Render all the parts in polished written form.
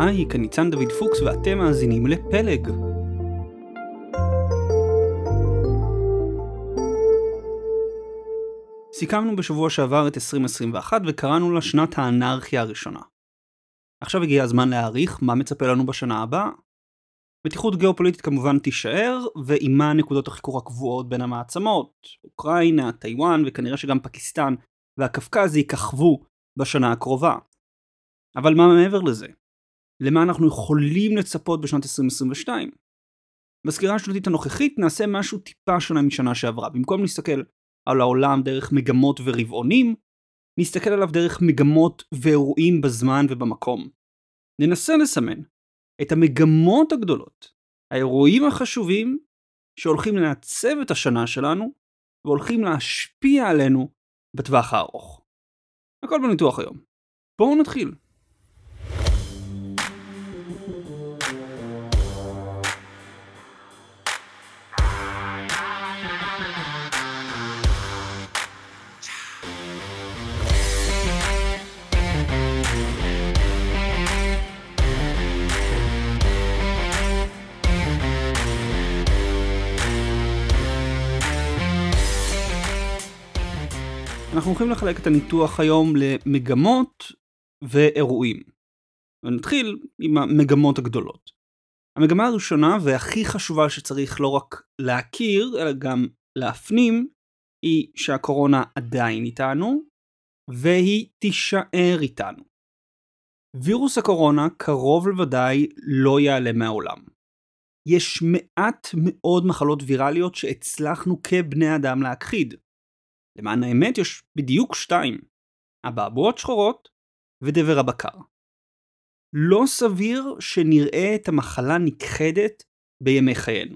היי, כאן ניצן דוד פוקס ואתם מאזינים לפלג. סיכמנו בשבוע שעבר את 2021 וקראנו לה שנת האנרכיה הראשונה. עכשיו הגיע הזמן להעריך מה מצפה לנו בשנה הבאה. מתיחות גיאופוליטית כמובן תישאר, ועימה נקודות החיכוך הקבועות בין המעצמות, אוקראינה, טיואן וכנראה שגם פקיסטן והקפקז יככבו בשנה הקרובה. אבל מה מעבר לזה? למה אנחנו יכולים לצפות בשנת 2022? בסקירה השנתית הנוכחית נעשה משהו טיפה שונה משנה שעברה. במקום להסתכל על העולם דרך מגמות ורבעונים, נסתכל עליו דרך מגמות ואירועים בזמן ובמקום. ננסה לסמן את המגמות הגדולות, האירועים החשובים שהולכים לעצב את השנה שלנו והולכים להשפיע עלינו בטווח הארוך. הכל בניתוח היום. בואו נתחיל. אנחנו הולכים לחלק את הניתוח היום למגמות ואירועים. ונתחיל עם המגמות הגדולות. המגמה הראשונה והכי חשובה שצריך לא רק להכיר, אלא גם להפנים, היא שהקורונה עדיין איתנו, והיא תישאר איתנו. וירוס הקורונה קרוב לוודאי לא יעלה מהעולם. יש מעט מאוד מחלות ויראליות שהצלחנו כבני אדם להכחיד. למען האמת יש בדיוק 2, אבעבועות שחורות ודבר הבקר. לא סביר שנראה את המחלה נכחדת בימי חיינו.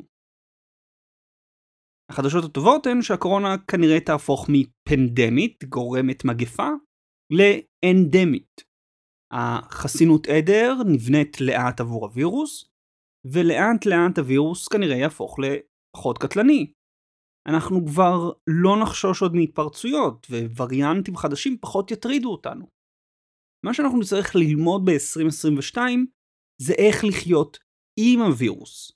החדשות הטובות הן שהקורונה כנראה תהפוך מפנדמית, גורמת מגפה, לאנדמית. החסינות עדר נבנית לאט עבור הווירוס, ולאט לאט הווירוס כנראה יהפוך לפחות קטלני. אנחנו כבר לא נחשוש עוד מהתפרצויות, ווריאנטים חדשים פחות יטרידו אותנו. מה שאנחנו נצטרך ללמוד ב-2022 זה איך לחיות עם הווירוס.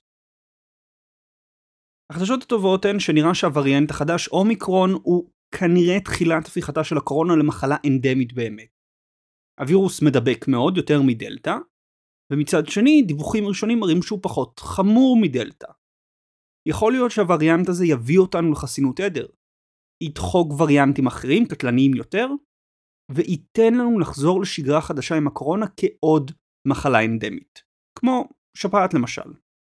החדשות הטובות הן שנראה שהווריאנט החדש אומיקרון הוא כנראה תחילת הפיכתה של הקורונה למחלה אנדמית באמת. הווירוס מדבק מאוד יותר מדלטה, ומצד שני דיווחים ראשונים מראים שהוא פחות חמור מדלטה. יכול להיות שהווריאנט הזה יביא אותנו לחסינות עדר, ידחוק וריאנטים אחרים, קטלניים יותר, וייתן לנו לחזור לשגרה חדשה עם הקורונה כעוד מחלה אנדמית, כמו שפעת למשל.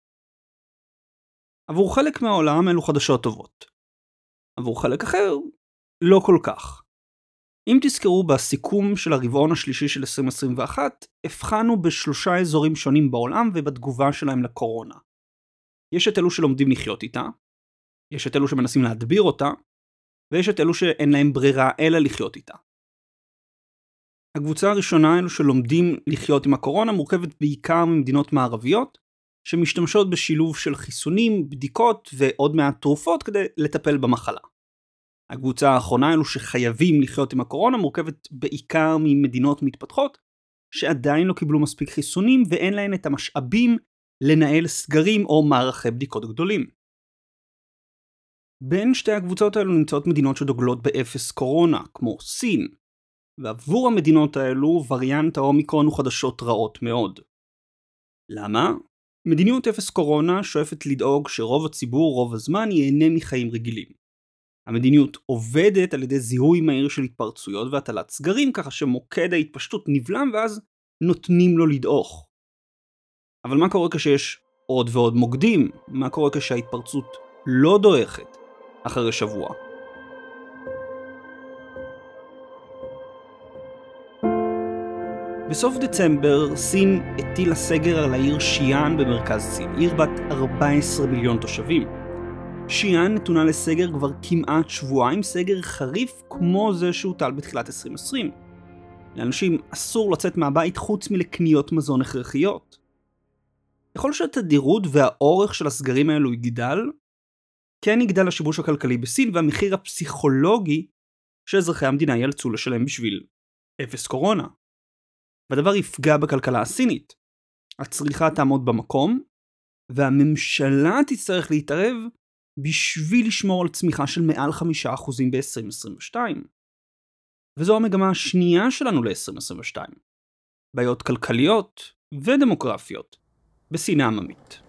עבור חלק מהעולם אלו חדשות טובות. עבור חלק אחר, לא כל כך. אם תזכרו בסיכום של הרבעון השלישי של 2021, הבחנו ב3 אזורים שונים בעולם ובתגובה שלהם לקורונה. יש את אלו שלומדים לחיות איתה, יש את אלו שמנסים להדביר אותה, ויש את אלו שאין להם ברירה אלא לחיות איתה. הקבוצה הראשונה, אלו שלומדים לחיות עם הקורונה, מורכבת בעיקר ממדינות מערביות, שמשתמשות בשילוב של חיסונים, בדיקות ועוד מעט תרופות כדי לטפל במחלה. הקבוצה האחרונה, אלו שחייבים לחיות עם הקורונה, מורכבת בעיקר ממדינות מתפתחות, שעדיין לא קיבלו מספיק חיסונים ואין להן את המשאבים לנהל סגרים או מערכי בדיקות גדולים. בין שתי הקבוצות האלו נמצאות מדינות שדוגלות באפס קורונה, כמו סין, ועבור המדינות האלו וריאנט האומיקרון הוא חדשות רעות מאוד. למה? מדיניות אפס קורונה שואפת לדאוג שרוב הציבור רוב הזמן ייהנה מחיים רגילים. המדיניות עובדת על ידי זיהוי מהיר של התפרצויות והטלת סגרים, ככה שמוקד ההתפשטות נבלם ואז נותנים לו לדעוך. אבל מה קורה כשיש עוד ועוד מוקדים? מה קורה כשההתפרצות לא דועכת אחרי שבוע? בסוף דצמבר סין הטילה סגר על העיר שיאן במרכז סין, עיר בת 14 מיליון תושבים. שיאן נתונה לסגר כבר כמעט שבועיים, סגר חריף כמו זה שהוטל בתחילת 2020. לאנשים אסור לצאת מהבית חוץ מלקניות מזון הכרחיות. ככל שהתדירות והאורך של הסגרים האלו יגדל, כן יגדל השיבוש הכלכלי בסין והמחיר הפסיכולוגי שאזרחי המדינה ייאלצו לשלם בשביל אפס קורונה. והדבר יפגע בכלכלה הסינית. הצריכה תעמוד במקום, והממשלה תצטרך להתערב בשביל לשמור על צמיחה של מעל 5% ב-2022. וזו המגמה השנייה שלנו ל-2022. בעיות כלכליות ודמוגרפיות בסין העממית.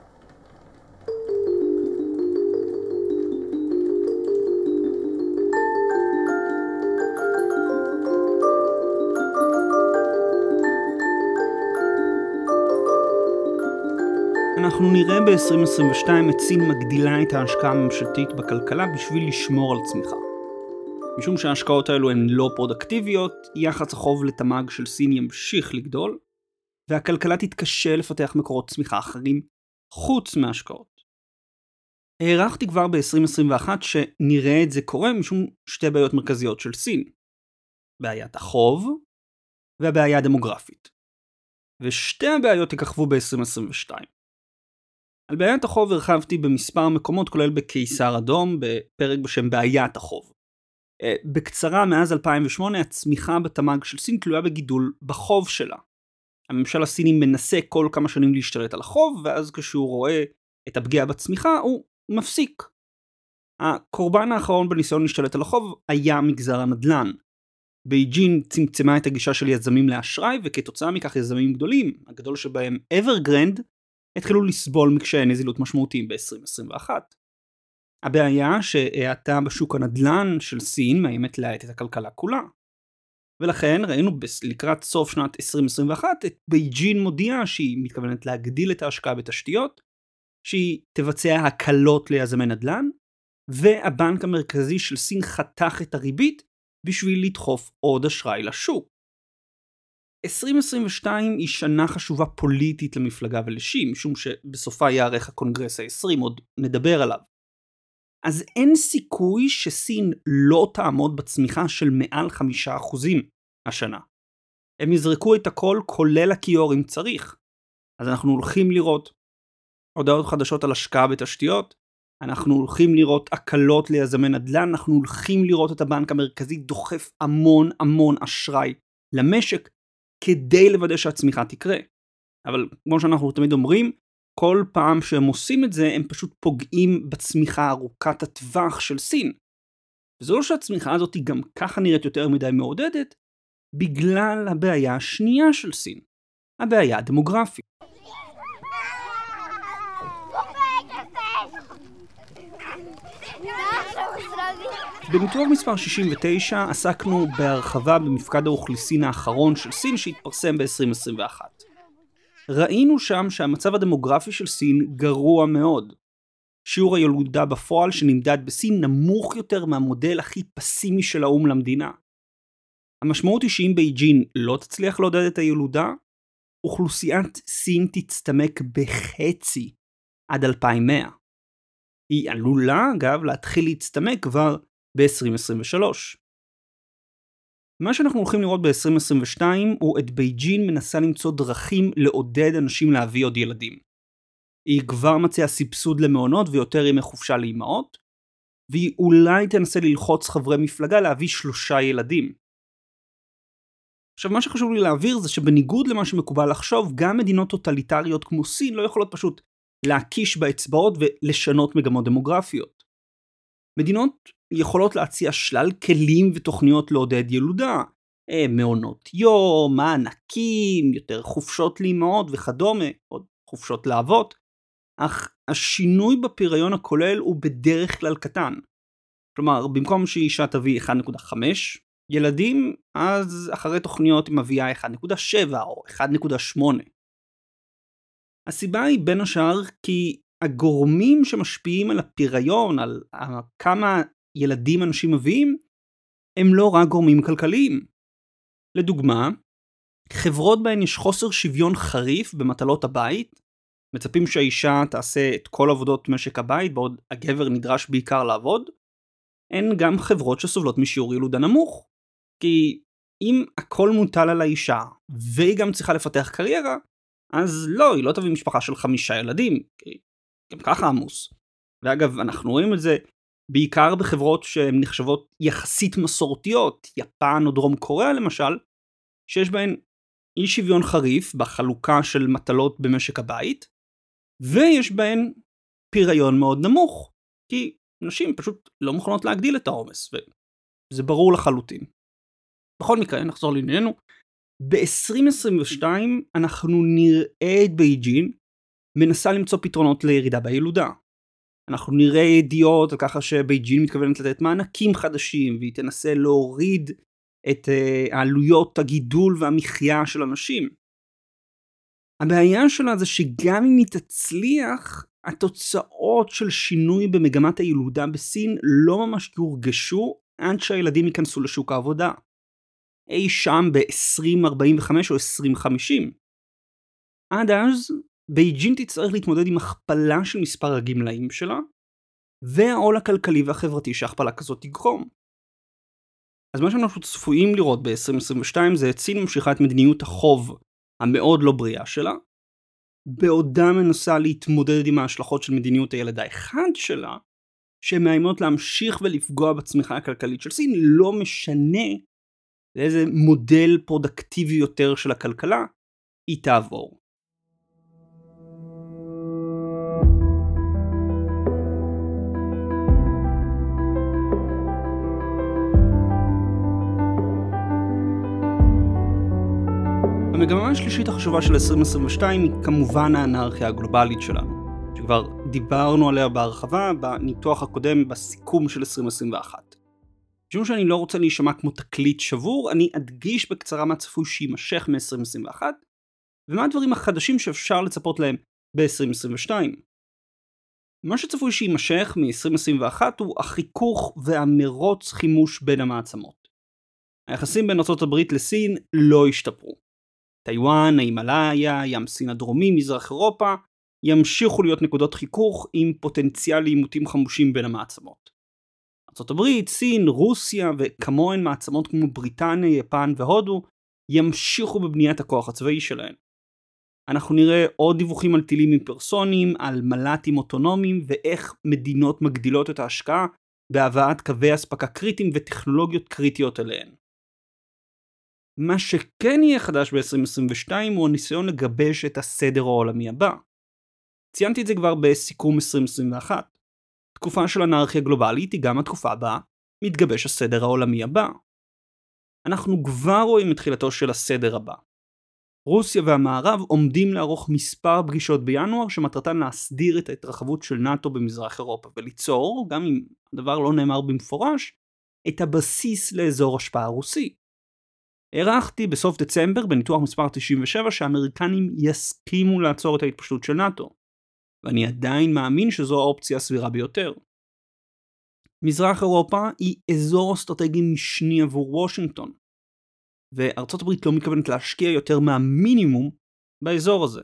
אנחנו נראה ב-2022 את סין מגדילה את ההשקעה הממשלתית בכלכלה בשביל לשמור על צמיחה. משום שההשקעות האלו הן לא פרודקטיביות, יחס החוב לתמ"ג של סין ימשיך לגדול, והכלכלה תתקשה לפתח מקורות צמיחה אחרים חוץ מהשקעות. הערכתי כבר ב-2021 שנראה את זה קורה משום שתי בעיות מרכזיות של סין. בעיית החוב והבעיה הדמוגרפית. ושתי הבעיות יככבו ב-2022. על בעיית החוב הרחבתי במספר מקומות, כולל בקיסר אדום, בפרק בשם בעיית החוב. בקצרה, מאז 2008 הצמיחה בתמ"ג של סין תלויה בגידול בחוב שלה. הממשל הסיני מנסה כל כמה שנים להשתלט על החוב, ואז כשהוא רואה את הפגיעה בצמיחה, הוא מפסיק. הקורבן האחרון בניסיון להשתלט על החוב היה מגזר הנדל"ן. בייג'ין צמצמה את הגישה של יזמים לאשראי, וכתוצאה מכך יזמים גדולים, הגדול שבהם אברגרנד, התחילו לסבול מקשיי נזילות משמעותיים ב-2021. הבעיה שהאטה בשוק הנדל"ן של סין מאיימת להאט את הכלכלה כולה. ולכן ראינו לקראת סוף שנת 2021 את בייג'ין מודיעה שהיא מתכוונת להגדיל את ההשקעה בתשתיות, שהיא תבצע הקלות ליזמי נדל"ן, והבנק המרכזי של סין חתך את הריבית בשביל לדחוף עוד אשראי לשוק. 2022 היא שנה חשובה פוליטית למפלגה ולשי, משום שבסופה יערך הקונגרס ה-20, עוד נדבר עליו. אז אין סיכוי שסין לא תעמוד בצמיחה של מעל 5% השנה. הם יזרקו את הכל כולל הכיור אם צריך. אז אנחנו הולכים לראות הודעות חדשות על השקעה בתשתיות, אנחנו הולכים לראות הקלות ליזמי נדל"ן, אנחנו הולכים לראות את הבנק המרכזי דוחף המון אשראי למשק, כדי לוודא שהצמיחה תקרה. אבל כמו שאנחנו תמיד אומרים, כל פעם שהם עושים את זה, הם פשוט פוגעים בצמיחה ארוכת הטווח של סין. וזה לא שהצמיחה הזאת היא גם ככה נראית יותר מדי מעודדת, בגלל הבעיה השנייה של סין, הבעיה הדמוגרפית. בניתוח מספר 69 עסקנו בהרחבה במפקד האוכלוסין האחרון של סין שהתפרסם ב-2021. ראינו שם שהמצב הדמוגרפי של סין גרוע מאוד. שיעור הילודה בפועל שנמדד בסין נמוך יותר מהמודל הכי פסימי של האו"ם למדינה. המשמעות היא שאם בייג'ין לא תצליח לעודד את הילודה, אוכלוסיית סין תצטמק בחצי עד 2100. היא עלולה, אגב, להתחיל להצטמק כבר ב-2023. מה שאנחנו הולכים לראות ב-2022 הוא את בייג'ין מנסה למצוא דרכים לעודד אנשים להביא עוד ילדים. היא כבר מציעה סבסוד למעונות ויותר ימי חופשה לאימהות, והיא אולי תנסה ללחוץ חברי מפלגה להביא 3 ילדים. עכשיו, מה שחשוב לי להעביר זה שבניגוד למה שמקובל לחשוב, גם מדינות טוטליטריות כמו סין לא יכולות פשוט להקיש באצבעות ולשנות מגמות דמוגרפיות. מדינות יכולות להציע שלל כלים ותוכניות לעודד ילודה, מעונות יום, מענקים, יותר חופשות לאימהות וכדומה, עוד חופשות לאבות, אך השינוי בפריון הכולל הוא בדרך כלל קטן. כלומר, במקום שאישה תביא 1.5 ילדים, אז אחרי תוכניות היא מביאה 1.7 או 1.8. הסיבה היא בין השאר כי הגורמים שמשפיעים על הפריון, על כמה ילדים אנשים מביאים, הם לא רק גורמים כלכליים. לדוגמה, חברות בהן יש חוסר שוויון חריף במטלות הבית, מצפים שהאישה תעשה את כל עבודות משק הבית, בעוד הגבר נדרש בעיקר לעבוד, הן גם חברות שסובלות משיעור ילודה נמוך. כי אם הכל מוטל על האישה, והיא גם צריכה לפתח קריירה, אז לא, היא לא תביא משפחה של 5 ילדים, כי גם ככה עמוס. ואגב, אנחנו רואים את זה בעיקר בחברות שהן נחשבות יחסית מסורתיות, יפן או דרום קוריאה למשל, שיש בהן אי שוויון חריף בחלוקה של מטלות במשק הבית, ויש בהן פריון מאוד נמוך, כי נשים פשוט לא מוכנות להגדיל את העומס, וזה ברור לחלוטין. בכל מקרה, נחזור לענייננו, ב-2022 אנחנו נראה את בייג'ין מנסה למצוא פתרונות לירידה בילודה. אנחנו נראה ידיעות על ככה שבייג'ין מתכוונת לתת מענקים חדשים, והיא תנסה להוריד את העלויות הגידול והמחיה של אנשים. הבעיה שלה זה שגם אם היא תצליח, התוצאות של שינוי במגמת הילודה בסין לא ממש יורגשו עד שהילדים ייכנסו לשוק העבודה. אי שם ב-2045 או 2050. עד אז, בייג'ין תצטרך להתמודד עם הכפלה של מספר הגמלאים שלה, והעול הכלכלי והחברתי שהכפלה כזאת תגרום. אז מה שאנחנו צפויים לראות ב-2022 זה סין ממשיכה את מדיניות החוב המאוד לא בריאה שלה, בעודה מנסה להתמודד עם ההשלכות של מדיניות הילד האחד שלה, שמאיימות להמשיך ולפגוע בצמיחה הכלכלית של סין, לא משנה לאיזה מודל פרודקטיבי יותר של הכלכלה היא תעבור. המגמה השלישית החשובה של 2022 היא כמובן האנרכיה הגלובלית שלנו, שכבר דיברנו עליה בהרחבה בניתוח הקודם בסיכום של 2021. משום שאני לא רוצה להישמע כמו תקליט שבור, אני אדגיש בקצרה מה צפוי שימשך מ-2021, ומה הדברים החדשים שאפשר לצפות להם ב-2022. מה שצפוי שימשך מ-2021 הוא החיכוך והמרוץ חימוש בין המעצמות. היחסים בין ארצות הברית לסין לא השתפרו. טיואן, ההימאליה, ים סין הדרומי, מזרח אירופה, ימשיכו להיות נקודות חיכוך עם פוטנציאל לעימותים חמושים בין המעצמות. ארצות הברית, סין, רוסיה וכמוהן מעצמות כמו בריטניה, יפן והודו ימשיכו בבניית הכוח הצבאי שלהן. אנחנו נראה עוד דיווחים על טילים היפרסוניים, על מל"טים אוטונומיים ואיך מדינות מגדילות את ההשקעה בהבאת קווי אספקה קריטיים וטכנולוגיות קריטיות אליהן. מה שכן יהיה חדש ב-2022 הוא הניסיון לגבש את הסדר העולמי הבא. ציינתי את זה כבר בסיכום 2021. תקופה של אנרכיה גלובלית היא גם התקופה הבאה, מתגבש הסדר העולמי הבא. אנחנו כבר רואים את תחילתו של הסדר הבא. רוסיה והמערב עומדים לערוך מספר פגישות בינואר שמטרתן להסדיר את ההתרחבות של נאט"ו במזרח אירופה וליצור, גם אם הדבר לא נאמר במפורש, את הבסיס לאזור השפעה רוסי. הערכתי בסוף דצמבר בניתוח מספר 97 שהאמריקנים יסכימו לעצור את ההתפשטות של נאט"ו, ואני עדיין מאמין שזו האופציה הסבירה ביותר. מזרח אירופה היא אזור אסטרטגי משני עבור וושינגטון, וארצות הברית לא מתכוונת להשקיע יותר מהמינימום באזור הזה.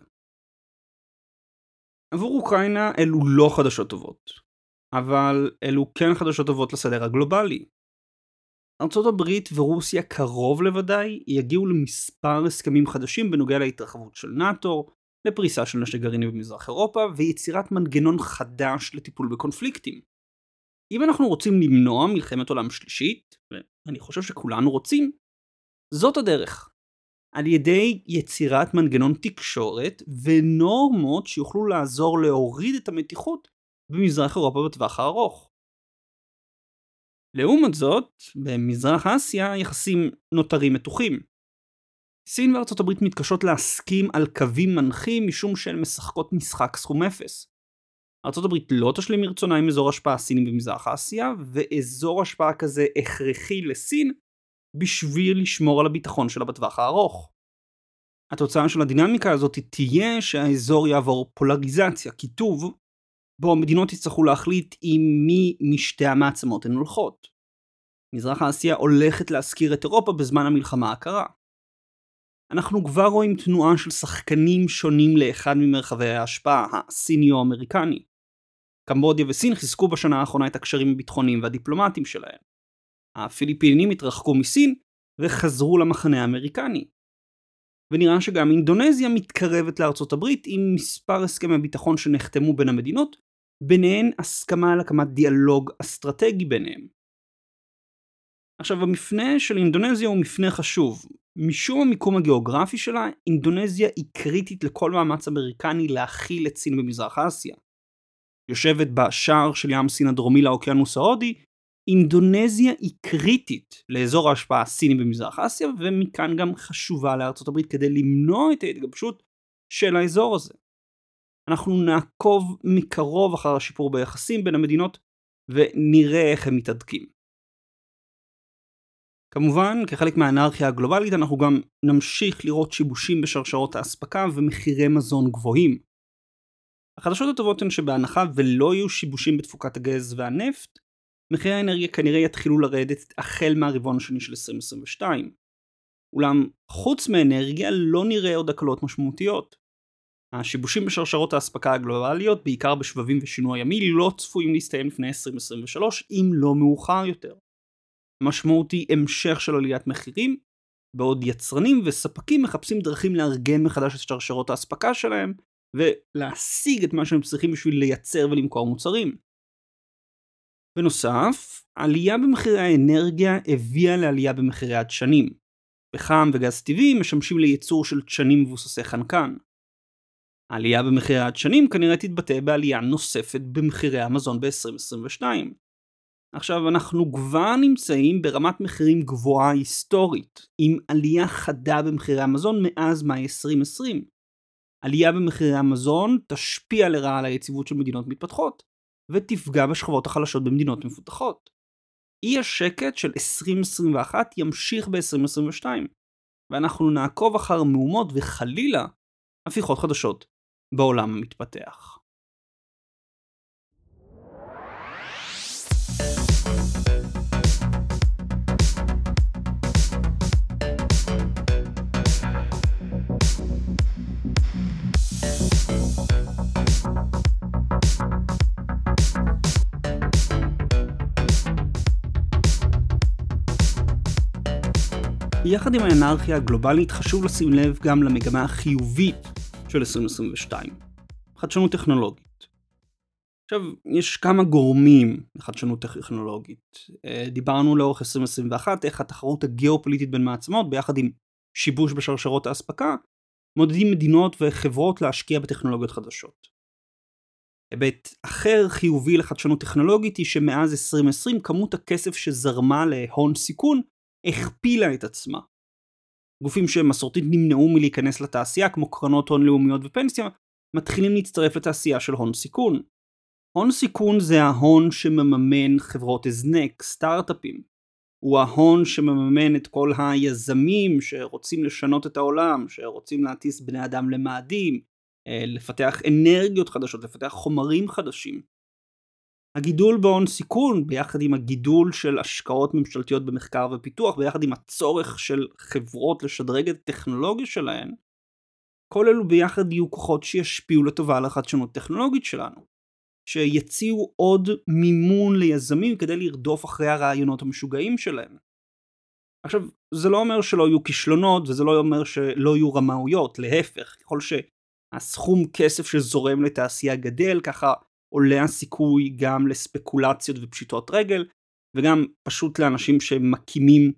עבור אוקראינה אלו לא חדשות טובות, אבל אלו כן חדשות טובות לסדר הגלובלי. ארצות הברית ורוסיה קרוב לוודאי יגיעו למספר הסכמים חדשים בנוגע להתרחבות של נאט"ו, לפריסה של נשק גרעיני במזרח אירופה ויצירת מנגנון חדש לטיפול בקונפליקטים. אם אנחנו רוצים למנוע מלחמת עולם שלישית, ואני חושב שכולנו רוצים, זאת הדרך. על ידי יצירת מנגנון תקשורת ונורמות שיוכלו לעזור להוריד את המתיחות במזרח אירופה בטווח הארוך. לעומת זאת, במזרח אסיה יחסים נותרים מתוחים. סין וארצות הברית מתקשות להסכים על קווים מנחים משום שהן משחקות משחק סכום אפס. ארצות הברית לא תשלים מרצונה עם אזור השפעה סיני במזרח אסיה, ואזור השפעה כזה הכרחי לסין בשביל לשמור על הביטחון שלה בטווח הארוך. התוצאה של הדינמיקה הזאת תהיה שהאזור יעבור פולריזציה, קיטוב, בו המדינות יצטרכו להחליט עם מי משתי המעצמות הן הולכות. מזרח אסיה הולכת להזכיר את אירופה בזמן המלחמה הקרה. אנחנו כבר רואים תנועה של שחקנים שונים לאחד ממרחבי ההשפעה, הסיניו-אמריקני. קמבודיה וסין חיזקו בשנה האחרונה את הקשרים הביטחוניים והדיפלומטיים שלהם. הפיליפינים התרחקו מסין וחזרו למחנה האמריקני. ונראה שגם אינדונזיה מתקרבת לארצות הברית עם מספר הסכמי ביטחון שנחתמו בין המדינות, ביניהן הסכמה על הקמת דיאלוג אסטרטגי ביניהם. עכשיו, המפנה של אינדונזיה הוא מפנה חשוב. משום המיקום הגיאוגרפי שלה, אינדונזיה היא קריטית לכל מאמץ אמריקני להכיל את סין במזרח אסיה. יושבת בשער של ים סין הדרומי לאוקיינוס ההודי, אינדונזיה היא קריטית לאזור ההשפעה הסיני במזרח אסיה, ומכאן גם חשובה לארצות הברית כדי למנוע את ההתגבשות של האזור הזה. אנחנו נעקוב מקרוב אחר השיפור ביחסים בין המדינות, ונראה איך הם מתעדקים. כמובן, כחלק מהאנרכיה הגלובלית, אנחנו גם נמשיך לראות שיבושים בשרשרות האספקה ומחירי מזון גבוהים. החדשות הטובות הן שבהנחה ולא יהיו שיבושים בתפוקת הגז והנפט, מחירי האנרגיה כנראה יתחילו לרדת החל מהרבעון השני של 2022. אולם חוץ מאנרגיה לא נראה עוד הקלות משמעותיות. השיבושים בשרשרות האספקה הגלובליות, בעיקר בשבבים ושינוי ימי, לא צפויים להסתיים לפני 2023, אם לא מאוחר יותר. המשמעות היא המשך של עליית מחירים, בעוד יצרנים וספקים מחפשים דרכים לארגן מחדש את שרשרות האספקה שלהם, ולהשיג את מה שהם צריכים בשביל לייצר ולמכור מוצרים. בנוסף, עלייה במחירי האנרגיה הביאה לעלייה במחירי הדשנים. פחם וגז טבעי משמשים לייצור של דשנים מבוססי חנקן. העלייה במחירי הדשנים כנראה תתבטא בעלייה נוספת במחירי המזון ב-2022. עכשיו אנחנו כבר נמצאים ברמת מחירים גבוהה היסטורית, עם עלייה חדה במחירי המזון מאז מאי 2020. עלייה במחירי המזון תשפיע לרעה על היציבות של מדינות מתפתחות, ותפגע בשכבות החלשות במדינות מפותחות. אי השקט של 2021 ימשיך ב-2022, ואנחנו נעקוב אחר מהומות וחלילה הפיכות חדשות בעולם המתפתח. יחד עם האנרכיה הגלובלית חשוב לשים לב גם למגמה החיובית של 2022, חדשנות טכנולוגית. עכשיו, יש כמה גורמים לחדשנות טכנולוגית. דיברנו לאורך 2021 איך התחרות הגיאופוליטית בין מעצמות, ביחד עם שיבוש בשרשרות האספקה, מודדים מדינות וחברות להשקיע בטכנולוגיות חדשות. היבט אחר חיובי לחדשנות טכנולוגית היא שמאז 2020 כמות הכסף שזרמה להון סיכון הכפילה את עצמה. גופים שמסורתית נמנעו מלהיכנס לתעשייה, כמו קרנות הון לאומיות ופנסיה, מתחילים להצטרף לתעשייה של הון סיכון. הון סיכון זה ההון שמממן חברות הזנק, סטארט-אפים. הוא ההון שמממן את כל היזמים שרוצים לשנות את העולם, שרוצים להטיס בני אדם למאדים, לפתח אנרגיות חדשות, לפתח חומרים חדשים. הגידול בהון סיכון, ביחד עם הגידול של השקעות ממשלתיות במחקר ופיתוח, ביחד עם הצורך של חברות לשדרג את הטכנולוגיה שלהן, כל אלו ביחד יהיו כוחות שישפיעו לטובה על החדשנות טכנולוגית שלנו, שיציעו עוד מימון ליזמים כדי לרדוף אחרי הרעיונות המשוגעים שלהם. עכשיו, זה לא אומר שלא יהיו כישלונות, וזה לא אומר שלא יהיו רמאויות, להפך, ככל שהסכום כסף שזורם לתעשייה גדל, ככה עולה הסיכוי גם לספקולציות ופשיטות רגל, וגם פשוט לאנשים שמקימים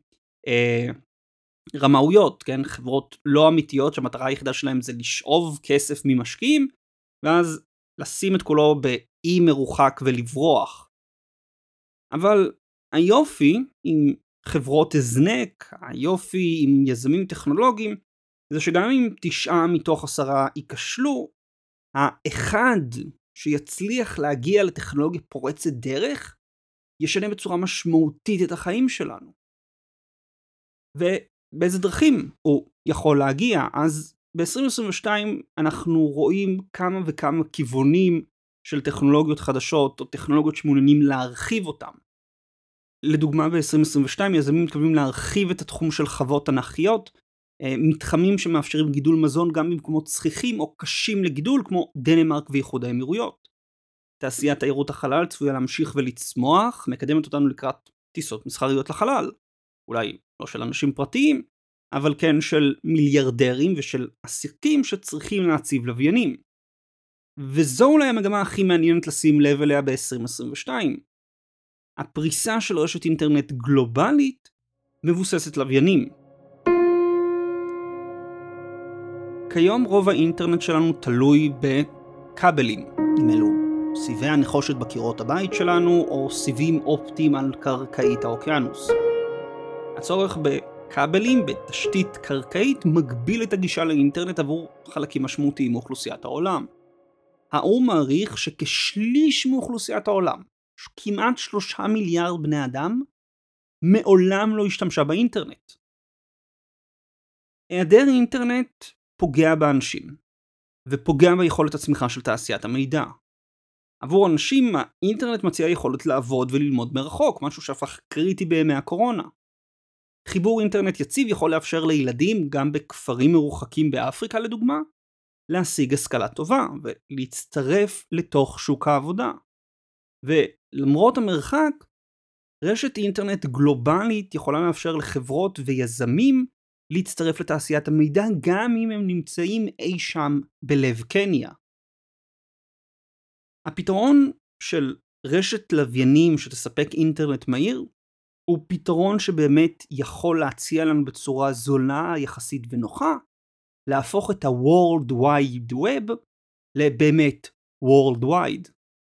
רמאויות, כן? חברות לא אמיתיות שהמטרה היחידה שלהם זה לשאוב כסף ממשקיעים, ואז לשים את כולו באי מרוחק ולברוח. אבל היופי עם חברות הזנק, היופי עם יזמים טכנולוגיים, זה שגם אם 9 מתוך 10 ייכשלו, האחד שיצליח להגיע לטכנולוגיה פורצת דרך, ישנה בצורה משמעותית את החיים שלנו. ובאיזה דרכים הוא יכול להגיע? אז ב-2022 אנחנו רואים כמה וכמה כיוונים של טכנולוגיות חדשות, או טכנולוגיות שמעוניינים להרחיב אותם. לדוגמה, ב-2022 יזמים מתכוונים להרחיב את התחום של חוות תנ"כיות, מתחמים שמאפשרים גידול מזון גם במקומות צחיחים או קשים לגידול, כמו דנמרק ואיחוד האמירויות. תעשיית תיירות החלל צפויה להמשיך ולצמוח, מקדמת אותנו לקראת טיסות מסחריות לחלל. אולי לא של אנשים פרטיים, אבל כן של מיליארדרים ושל עסקים שצריכים להציב לוויינים. וזו אולי המגמה הכי מעניינת לשים לב אליה ב-2022. הפריסה של רשת אינטרנט גלובלית מבוססת לוויינים. כיום רוב האינטרנט שלנו תלוי בכבלים, עם אלו סיבי הנחושת בקירות הבית שלנו, או סיבים אופטיים על קרקעית האוקיינוס. הצורך בכבלים בתשתית קרקעית מגביל את הגישה לאינטרנט עבור חלקים משמעותיים מאוכלוסיית העולם. האו"ם מעריך שכשליש מאוכלוסיית העולם, כמעט 3 מיליארד בני אדם, מעולם לא השתמשה באינטרנט. היעדר אינטרנט פוגע באנשים, ופוגע ביכולת הצמיחה של תעשיית המידע. עבור אנשים, האינטרנט מציע יכולת לעבוד וללמוד מרחוק, משהו שהפך קריטי בימי הקורונה. חיבור אינטרנט יציב יכול לאפשר לילדים, גם בכפרים מרוחקים באפריקה לדוגמה, להשיג השכלה טובה ולהצטרף לתוך שוק העבודה. ולמרות המרחק, רשת אינטרנט גלובלית יכולה לאפשר לחברות ויזמים להצטרף לתעשיית המידע גם אם הם נמצאים אי שם בלב קניה. הפתרון של רשת לוויינים שתספק אינטרנט מהיר הוא פתרון שבאמת יכול להציע לנו בצורה זולה יחסית ונוחה להפוך את ה-World Wide Web לבאמת World Wide.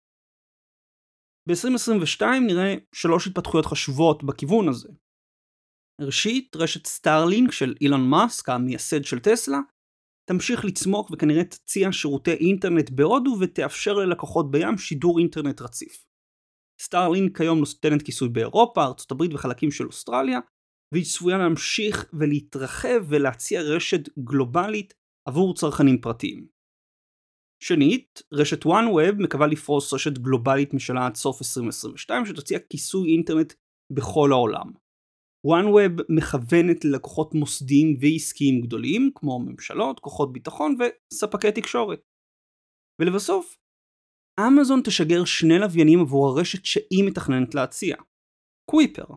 ב-2022 נראה 3 התפתחויות חשובות בכיוון הזה. ראשית, רשת סטארלינק של אילון מאסק, המייסד של טסלה, תמשיך לצמוק וכנראה תציע שירותי אינטרנט בהודו ותאפשר ללקוחות בים שידור אינטרנט רציף. סטארלינק כיום נותנת כיסוי באירופה, ארצות הברית וחלקים של אוסטרליה, והיא צפויה להמשיך ולהתרחב ולהציע רשת גלובלית עבור צרכנים פרטיים. שנית, רשת OneWeb מקווה לפרוס רשת גלובלית משלה עד סוף 2022 שתציע כיסוי אינטרנט בכל העולם. OneWeb מכוונת ללקוחות מוסדיים ועסקיים גדולים כמו ממשלות, כוחות ביטחון וספקי תקשורת. ולבסוף, אמזון תשגר 2 לוויינים עבור הרשת שהיא מתכננת להציע. קוויפר.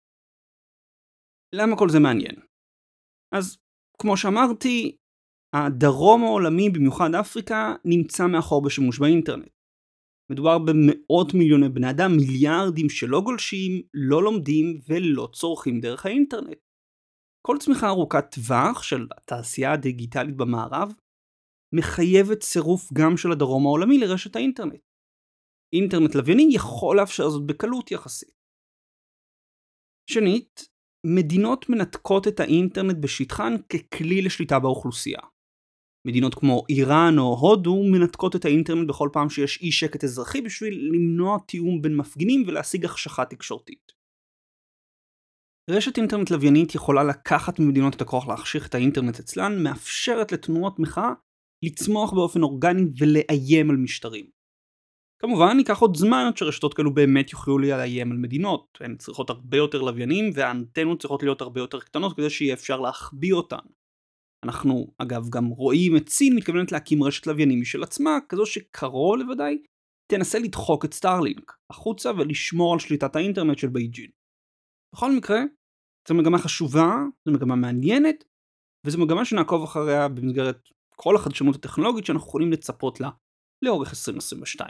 למה כל זה מעניין? אז כמו שאמרתי, הדרום העולמי, במיוחד אפריקה, נמצא מאחור בשימוש באינטרנט. מדובר במאות מיליוני בני אדם, מיליארדים שלא גולשים, לא לומדים ולא צורכים דרך האינטרנט. כל צמיחה ארוכת טווח של התעשייה הדיגיטלית במערב מחייבת צירוף גם של הדרום העולמי לרשת האינטרנט. אינטרנט לווייני יכול לאפשר זאת בקלות יחסית. שנית, מדינות מנתקות את האינטרנט בשטחן ככלי לשליטה באוכלוסייה. מדינות כמו איראן או הודו מנתקות את האינטרנט בכל פעם שיש אי שקט אזרחי בשביל למנוע תיאום בין מפגינים ולהשיג החשכה תקשורתית. רשת אינטרנט לוויינית יכולה לקחת ממדינות את הכוח להחשיך את האינטרנט אצלן, מאפשרת לתנועות מחאה לצמוח באופן אורגני ולאיים על משטרים. כמובן, ייקח עוד זמן עד שרשתות כאלו באמת יוכלו לאיים על מדינות. הן צריכות הרבה יותר לוויינים והאנטנות צריכות להיות הרבה יותר קטנות כדי שיהיה אפשר להחביא אותן. אנחנו אגב גם רואים את סין מתכוונת להקים רשת לוויינים משל עצמה, כזו שקרוב לוודאי תנסה לדחוק את סטארלינק החוצה ולשמור על שליטת האינטרנט של בייג'ין. בכל מקרה, זו מגמה חשובה, זו מגמה מעניינת, וזו מגמה שנעקוב אחריה במסגרת כל החדשנות הטכנולוגית שאנחנו יכולים לצפות לה לאורך 2022.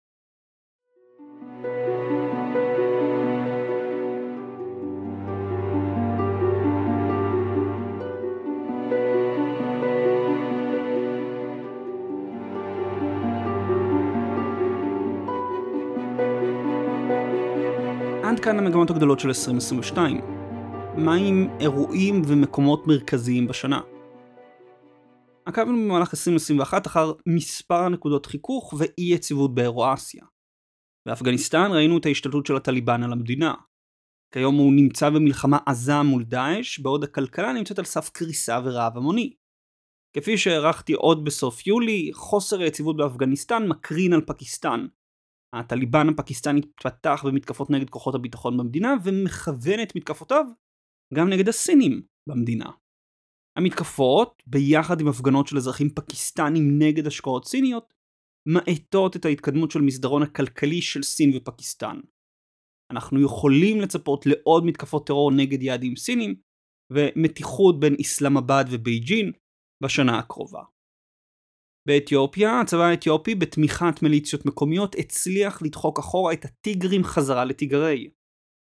עד כאן המגמות הגדולות של 2022. מה עם אירועים ומקומות מרכזיים בשנה? עקבנו במהלך 2021 אחר מספר נקודות חיכוך ואי יציבות באירואסיה. באפגניסטן ראינו את ההשתלטות של הטליבן על המדינה. כיום הוא נמצא במלחמה עזה מול דאעש, בעוד הכלכלה נמצאת על סף קריסה ורעב המוני. כפי שהערכתי עוד בסוף יולי, חוסר היציבות באפגניסטן מקרין על פקיסטן. הטליבן הפקיסטני התפתח במתקפות נגד כוחות הביטחון במדינה ומכוון את מתקפותיו גם נגד הסינים במדינה. המתקפות, ביחד עם הפגנות של אזרחים פקיסטנים נגד השקעות סיניות, מאטות את ההתקדמות של מסדרון הכלכלי של סין ופקיסטן. אנחנו יכולים לצפות לעוד מתקפות טרור נגד יעדים סינים ומתיחות בין איסלאמבאד ובייג'ין בשנה הקרובה. באתיופיה, הצבא האתיופי בתמיכת מיליציות מקומיות הצליח לדחוק אחורה את הטיגרים חזרה לתיגרי.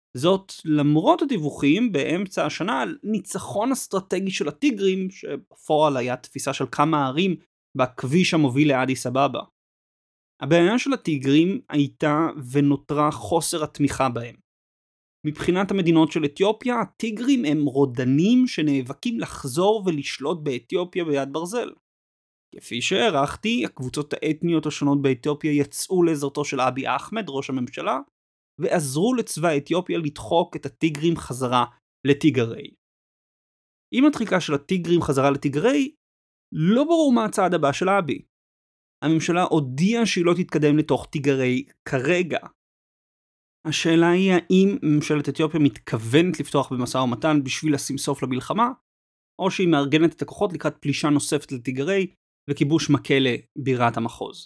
זאת למרות הדיווחים באמצע השנה על ניצחון אסטרטגי של הטיגרים, שבפועל היה תפיסה של כמה ערים בכביש המוביל לאדיס אבבה. הבעיה של הטיגרים הייתה ונותרה חוסר התמיכה בהם. מבחינת המדינות של אתיופיה, הטיגרים הם רודנים שנאבקים לחזור ולשלוט באתיופיה ביד ברזל. כפי שהערכתי, הקבוצות האתניות השונות באתיופיה יצאו לעזרתו של אבי אחמד, ראש הממשלה, ועזרו לצבא אתיופיה לדחוק את הטיגרים חזרה לטיגרי. עם הדחיקה של הטיגרים חזרה לטיגרי, לא ברור מה הצעד הבא של אבי. הממשלה הודיעה שהיא לא תתקדם לתוך טיגרי כרגע. השאלה היא האם ממשלת אתיופיה מתכוונת לפתוח במשא ומתן בשביל לשים סוף למלחמה, או שהיא מארגנת את הכוחות לקראת פלישה נוספת לטיגרי וכיבוש מקלה בירת המחוז.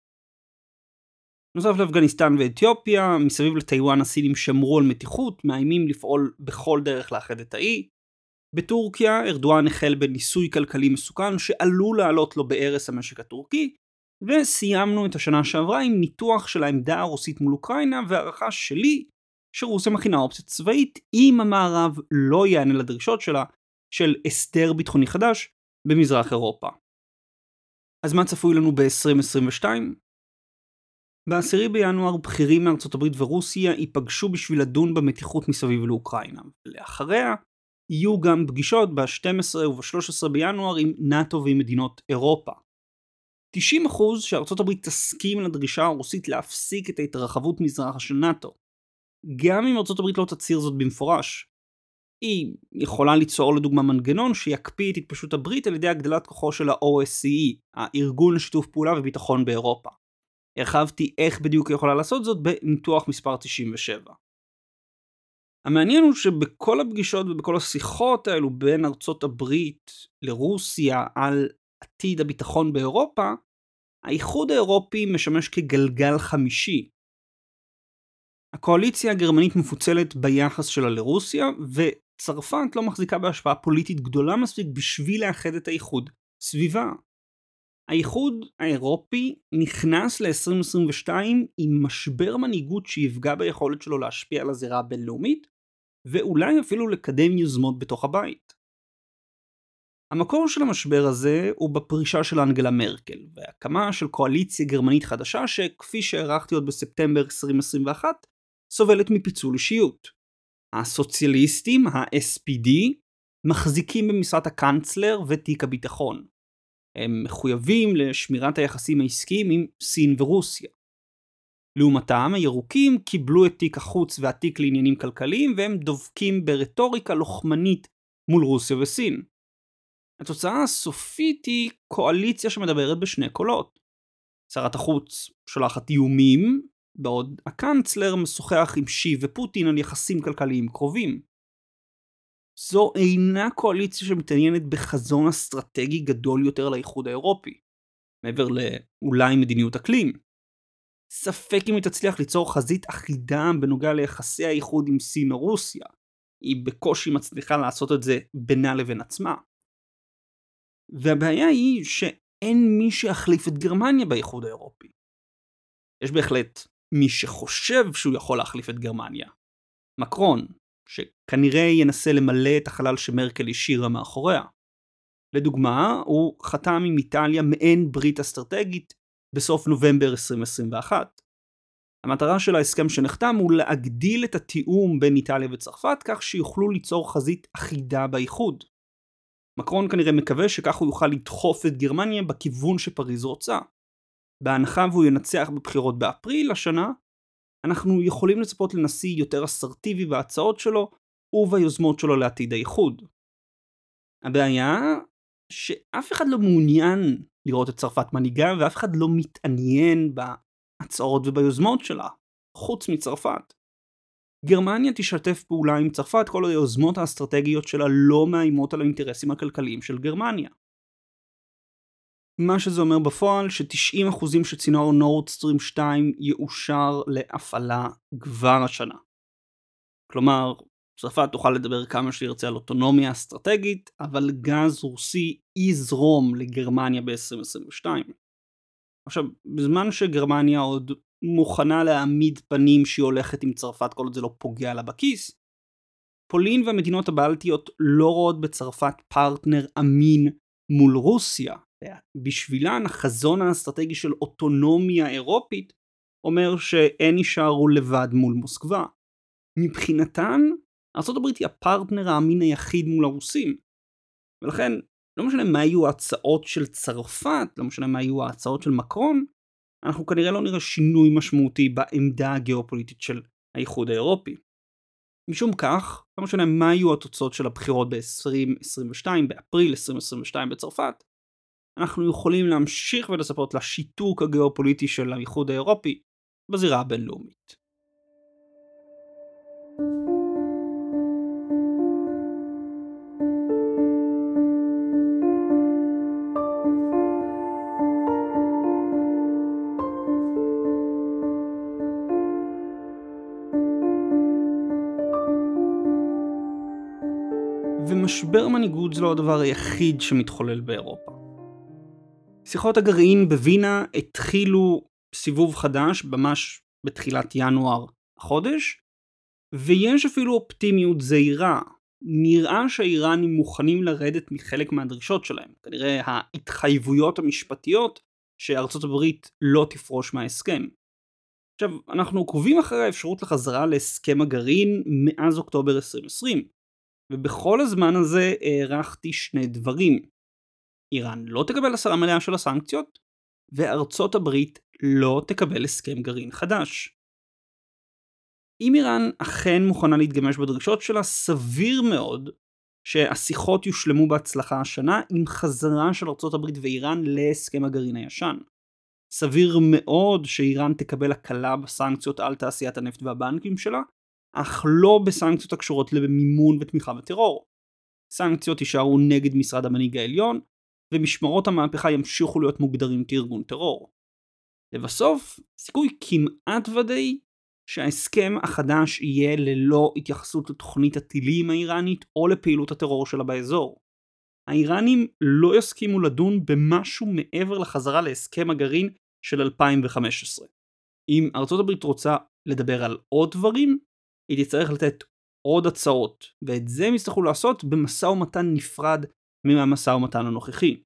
נוסף לאפגניסטן ואתיופיה, מסביב לטיואן הסינים שמרו על מתיחות, מאיימים לפעול בכל דרך לאחד את האי. בטורקיה, ארדואן החל בניסוי כלכלי מסוכן שעלול לעלות לו בערש המשק הטורקי, וסיימנו את השנה שעברה עם ניתוח של העמדה הרוסית מול אוקראינה, והערכה שלי שרוסיה מכינה אופציה צבאית אם המערב לא יענה לדרישות שלה של הסדר ביטחוני חדש במזרח אירופה. אז מה צפוי לנו ב-2022? ב-10 בינואר בכירים מארצות הברית ורוסיה ייפגשו בשביל לדון במתיחות מסביב לאוקראינה. לאחריה יהיו גם פגישות ב-12 וב-13 בינואר עם נאטו ועם מדינות אירופה. 90% שארצות הברית תסכים לדרישה הרוסית להפסיק את ההתרחבות מזרחה של נאטו. גם אם ארצות הברית לא תצהיר זאת במפורש. היא יכולה ליצור לדוגמה מנגנון שיקפיא את התפשטות הברית על ידי הגדלת כוחו של ה-OSCE, הארגון לשיתוף פעולה וביטחון באירופה. הרחבתי איך בדיוק היא יכולה לעשות זאת בניתוח מספר 97. המעניין הוא שבכל הפגישות ובכל השיחות האלו בין ארצות הברית לרוסיה על עתיד הביטחון באירופה, האיחוד האירופי משמש כגלגל חמישי. הקואליציה הגרמנית מפוצלת ביחס שלה לרוסיה, וצרפת לא מחזיקה בהשפעה פוליטית גדולה מספיק בשביל לאחד את האיחוד סביבה. האיחוד האירופי נכנס ל-2022 עם משבר מנהיגות שיפגע ביכולת שלו להשפיע על הזירה הבינלאומית, ואולי אפילו לקדם יוזמות בתוך הבית. המקור של המשבר הזה הוא בפרישה של אנגלה מרקל, והקמה של קואליציה גרמנית חדשה שכפי שהערכתי עוד בספטמבר 2021, סובלת מפיצול אישיות. הסוציאליסטים, ה-SPD, מחזיקים במשרת הקנצלר ותיק הביטחון. הם מחויבים לשמירת היחסים העסקיים עם סין ורוסיה. לעומתם, הירוקים קיבלו את תיק החוץ והתיק לעניינים כלכליים, והם דובקים ברטוריקה לוחמנית מול רוסיה וסין. התוצאה הסופית היא קואליציה שמדברת בשני קולות. שרת החוץ שולחת איומים, בעוד הקנצלר משוחח עם שי ופוטין על יחסים כלכליים קרובים. זו אינה קואליציה שמתעניינת בחזון אסטרטגי גדול יותר לאיחוד האירופי, מעבר לאולי מדיניות אקלים. ספק אם היא תצליח ליצור חזית אחידה בנוגע ליחסי האיחוד עם סין או רוסיה. היא בקושי מצליחה לעשות את זה בינה לבין עצמה. והבעיה היא שאין מי שיחליף את גרמניה באיחוד האירופי. יש בהחלט מי שחושב שהוא יכול להחליף את גרמניה. מקרון, שכנראה ינסה למלא את החלל שמרקל השאירה מאחוריה. לדוגמה, הוא חתם עם איטליה מעין ברית אסטרטגית בסוף נובמבר 2021. המטרה של ההסכם שנחתם הוא להגדיל את התיאום בין איטליה וצרפת כך שיוכלו ליצור חזית אחידה באיחוד. מקרון כנראה מקווה שכך הוא יוכל לדחוף את גרמניה בכיוון שפריז רוצה. בהנחה והוא ינצח בבחירות באפריל השנה, אנחנו יכולים לצפות לנשיא יותר אסרטיבי בהצעות שלו וביוזמות שלו לעתיד האיחוד. הבעיה שאף אחד לא מעוניין לראות את צרפת מנהיגה ואף אחד לא מתעניין בהצעות וביוזמות שלה, חוץ מצרפת. גרמניה תשתף פעולה עם צרפת כל היוזמות האסטרטגיות שלה לא מאיימות על האינטרסים הכלכליים של גרמניה. מה שזה אומר בפועל ש90% שצינור נורדסטרים 2 יאושר להפעלה כבר השנה. כלומר, צרפת תוכל לדבר כמה שירצה על אוטונומיה אסטרטגית, אבל גז רוסי יזרום לגרמניה ב-2022. עכשיו, בזמן שגרמניה עוד מוכנה להעמיד פנים שהיא הולכת עם צרפת כל עוד זה לא פוגע לה בכיס. פולין והמדינות הבלטיות לא רואות בצרפת פרטנר אמין מול רוסיה. בשבילן החזון האסטרטגי של אוטונומיה אירופית אומר שהן יישארו לבד מול מוסקבה. מבחינתן, ארצות הברית היא הפרטנר האמין היחיד מול הרוסים. ולכן, לא משנה מה יהיו ההצעות של צרפת, לא משנה מה יהיו ההצעות של מקרון, אנחנו כנראה לא נראה שינוי משמעותי בעמדה הגיאופוליטית של האיחוד האירופי. משום כך, לא משנה מה יהיו התוצאות של הבחירות ב-2022, באפריל 2022 בצרפת, אנחנו יכולים להמשיך ולצפות לשיתוק הגיאופוליטי של האיחוד האירופי בזירה הבינלאומית. ומשבר מנהיגות זה לא הדבר היחיד שמתחולל באירופה. שיחות הגרעין בווינה התחילו סיבוב חדש ממש בתחילת ינואר החודש, ויש אפילו אופטימיות זהירה. נראה שהאיראנים מוכנים לרדת מחלק מהדרישות שלהם, כנראה ההתחייבויות המשפטיות שארצות הברית לא תפרוש מההסכם. עכשיו, אנחנו עוקבים אחרי האפשרות לחזרה להסכם הגרעין מאז אוקטובר 2020, ובכל הזמן הזה הערכתי שני דברים. איראן לא תקבל הסרה מלאה של הסנקציות, וארצות הברית לא תקבל הסכם גרעין חדש. אם איראן אכן מוכנה להתגמש בדרישות שלה, סביר מאוד שהשיחות יושלמו בהצלחה השנה עם חזרה של ארצות הברית ואיראן להסכם הגרעין הישן. סביר מאוד שאיראן תקבל הקלה בסנקציות על תעשיית הנפט והבנקים שלה, אך לא בסנקציות הקשורות למימון ותמיכה בטרור. סנקציות יישארו נגד משרד המנהיג העליון, ומשמרות המהפכה ימשיכו להיות מוגדרים כארגון טרור. לבסוף, סיכוי כמעט ודאי שההסכם החדש יהיה ללא התייחסות לתוכנית הטילים האיראנית או לפעילות הטרור שלה באזור. האיראנים לא יסכימו לדון במשהו מעבר לחזרה להסכם הגרעין של 2015. אם ארצות הברית רוצה לדבר על עוד דברים, היא תצטרך לתת עוד הצעות, ואת זה הם יצטרכו לעשות במשא ומתן נפרד מהמשא ומתן הנוכחי.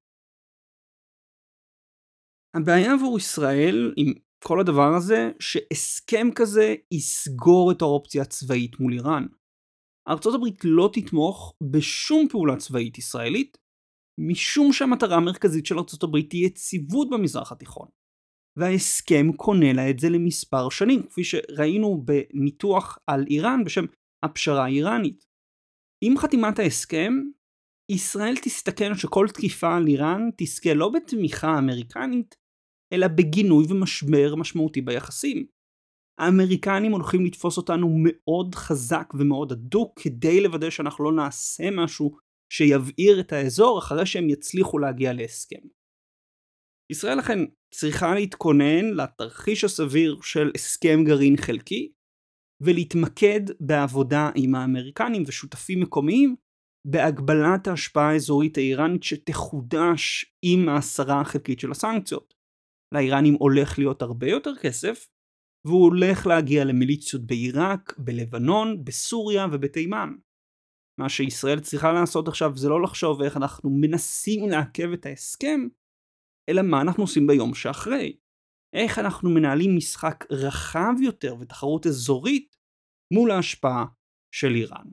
הבעיה עבור ישראל עם כל הדבר הזה, שהסכם כזה יסגור את האופציה הצבאית מול איראן. ארצות הברית לא תתמוך בשום פעולה צבאית ישראלית, משום שהמטרה המרכזית של ארצות הברית היא יציבות במזרח התיכון. וההסכם קונה לה את זה למספר שנים, כפי שראינו בניתוח על איראן בשם הפשרה האיראנית. עם חתימת ההסכם, ישראל תסתכן שכל תקיפה על איראן תזכה לא בתמיכה אמריקנית, אלא בגינוי ומשבר משמעותי ביחסים. האמריקנים הולכים לתפוס אותנו מאוד חזק ומאוד הדוק, כדי לוודא שאנחנו לא נעשה משהו שיבעיר את האזור אחרי שהם יצליחו להגיע להסכם. ישראל לכן צריכה להתכונן לתרחיש הסביר של הסכם גרעין חלקי, ולהתמקד בעבודה עם האמריקנים ושותפים מקומיים, בהגבלת ההשפעה האזורית האיראנית שתחודש עם ההסרה החלקית של הסנקציות. לאיראנים הולך להיות הרבה יותר כסף, והוא הולך להגיע למיליציות בעיראק, בלבנון, בסוריה ובתימן. מה שישראל צריכה לעשות עכשיו זה לא לחשוב איך אנחנו מנסים לעכב את ההסכם, אלא מה אנחנו עושים ביום שאחרי. איך אנחנו מנהלים משחק רחב יותר ותחרות אזורית מול ההשפעה של איראן.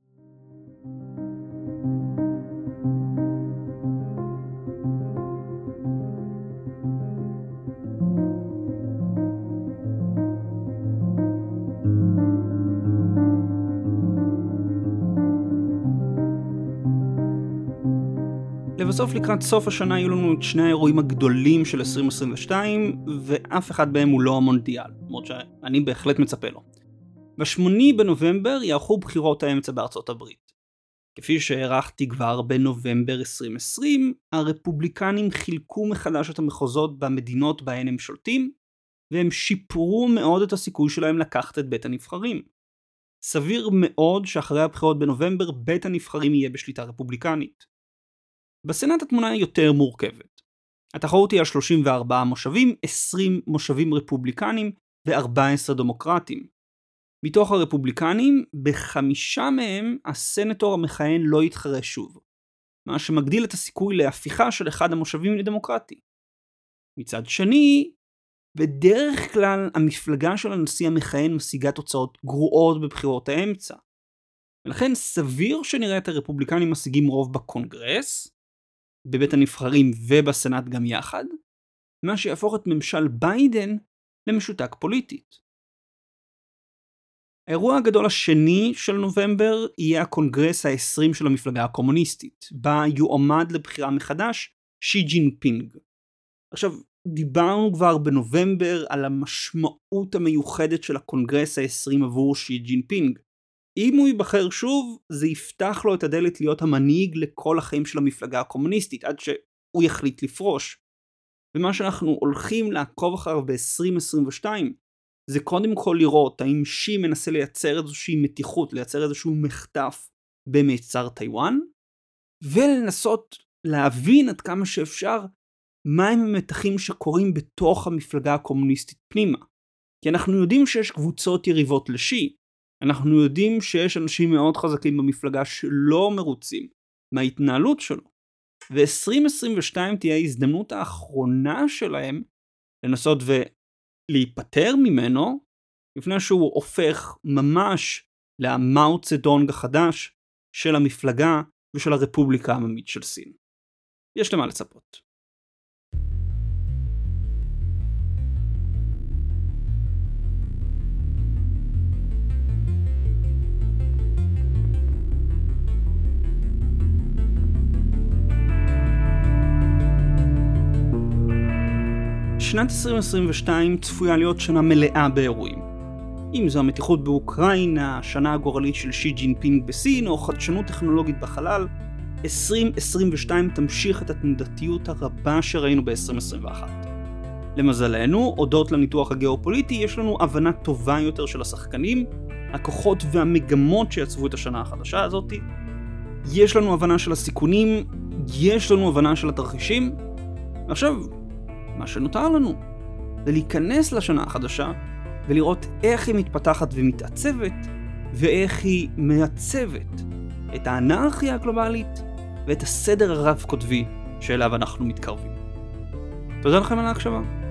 לבסוף לקראת סוף השנה היו לנו את שני האירועים הגדולים של 2022, ואף אחד מהם הוא לא המונדיאל, למרות שאני בהחלט מצפה לו. ב8 בנובמבר יערכו בחירות האמצע בארצות הברית. כפי שהערכתי כבר בנובמבר 2020, הרפובליקנים חילקו מחדש את המחוזות במדינות בהן הם שולטים, והם שיפרו מאוד את הסיכוי שלהם לקחת את בית הנבחרים. סביר מאוד שאחרי הבחירות בנובמבר בית הנבחרים יהיה בשליטה רפובליקנית. בסנאט התמונה היא יותר מורכבת. התחרות היא על 34 מושבים, 20 מושבים רפובליקנים ו14 דמוקרטים. מתוך הרפובליקנים, ב5 מהם הסנטור המכהן לא יתחרה שוב, מה שמגדיל את הסיכוי להפיכה של אחד המושבים לדמוקרטי. מצד שני, בדרך כלל המפלגה של הנשיא המכהן משיגה תוצאות גרועות בבחירות האמצע. ולכן סביר שנראה את הרפובליקנים משיגים רוב בקונגרס, בבית הנבחרים ובסנאט גם יחד, מה שיהפוך את ממשל ביידן למשותק פוליטית. האירוע הגדול השני של נובמבר יהיה הקונגרס ה-20 של המפלגה הקומוניסטית, בה יועמד לבחירה מחדש שי ג'ינפינג. עכשיו, דיברנו כבר בנובמבר על המשמעות המיוחדת של הקונגרס ה-20 עבור שי ג'ינפינג. אם הוא ייבחר שוב, זה יפתח לו את הדלת להיות המנהיג לכל החיים של המפלגה הקומוניסטית, עד שהוא יחליט לפרוש. ומה שאנחנו הולכים לעקוב אחריו ב-2022, זה קודם כל לראות האם שי מנסה לייצר איזושהי מתיחות, לייצר איזשהו מחטף במצר טיואן, ולנסות להבין עד כמה שאפשר מהם המתחים שקורים בתוך המפלגה הקומוניסטית פנימה. כי אנחנו יודעים שיש קבוצות יריבות לשי, אנחנו יודעים שיש אנשים מאוד חזקים במפלגה שלא מרוצים מההתנהלות שלו, ו-2022 תהיה ההזדמנות האחרונה שלהם לנסות ולהיפטר ממנו, לפני שהוא הופך ממש למאו צדונג החדש של המפלגה ושל הרפובליקה העממית של סין. יש למה לצפות. שנת 2022 צפויה להיות שנה מלאה באירועים. אם זו המתיחות באוקראינה, השנה הגורלית של שי ג'ינפינג בסין, או חדשנות טכנולוגית בחלל, 2022 תמשיך את התנודתיות הרבה שראינו ב-2021. למזלנו, הודות לניתוח הגיאופוליטי, יש לנו הבנה טובה יותר של השחקנים, הכוחות והמגמות שיצבו את השנה החדשה הזאת. יש לנו הבנה של הסיכונים, יש לנו הבנה של התרחישים. ועכשיו, מה שנותר לנו זה להיכנס לשנה החדשה ולראות איך היא מתפתחת ומתעצבת, ואיך היא מעצבת את האנרכיה הגלובלית ואת הסדר הרב קוטבי שאליו אנחנו מתקרבים. תודה לכם על ההקשבה.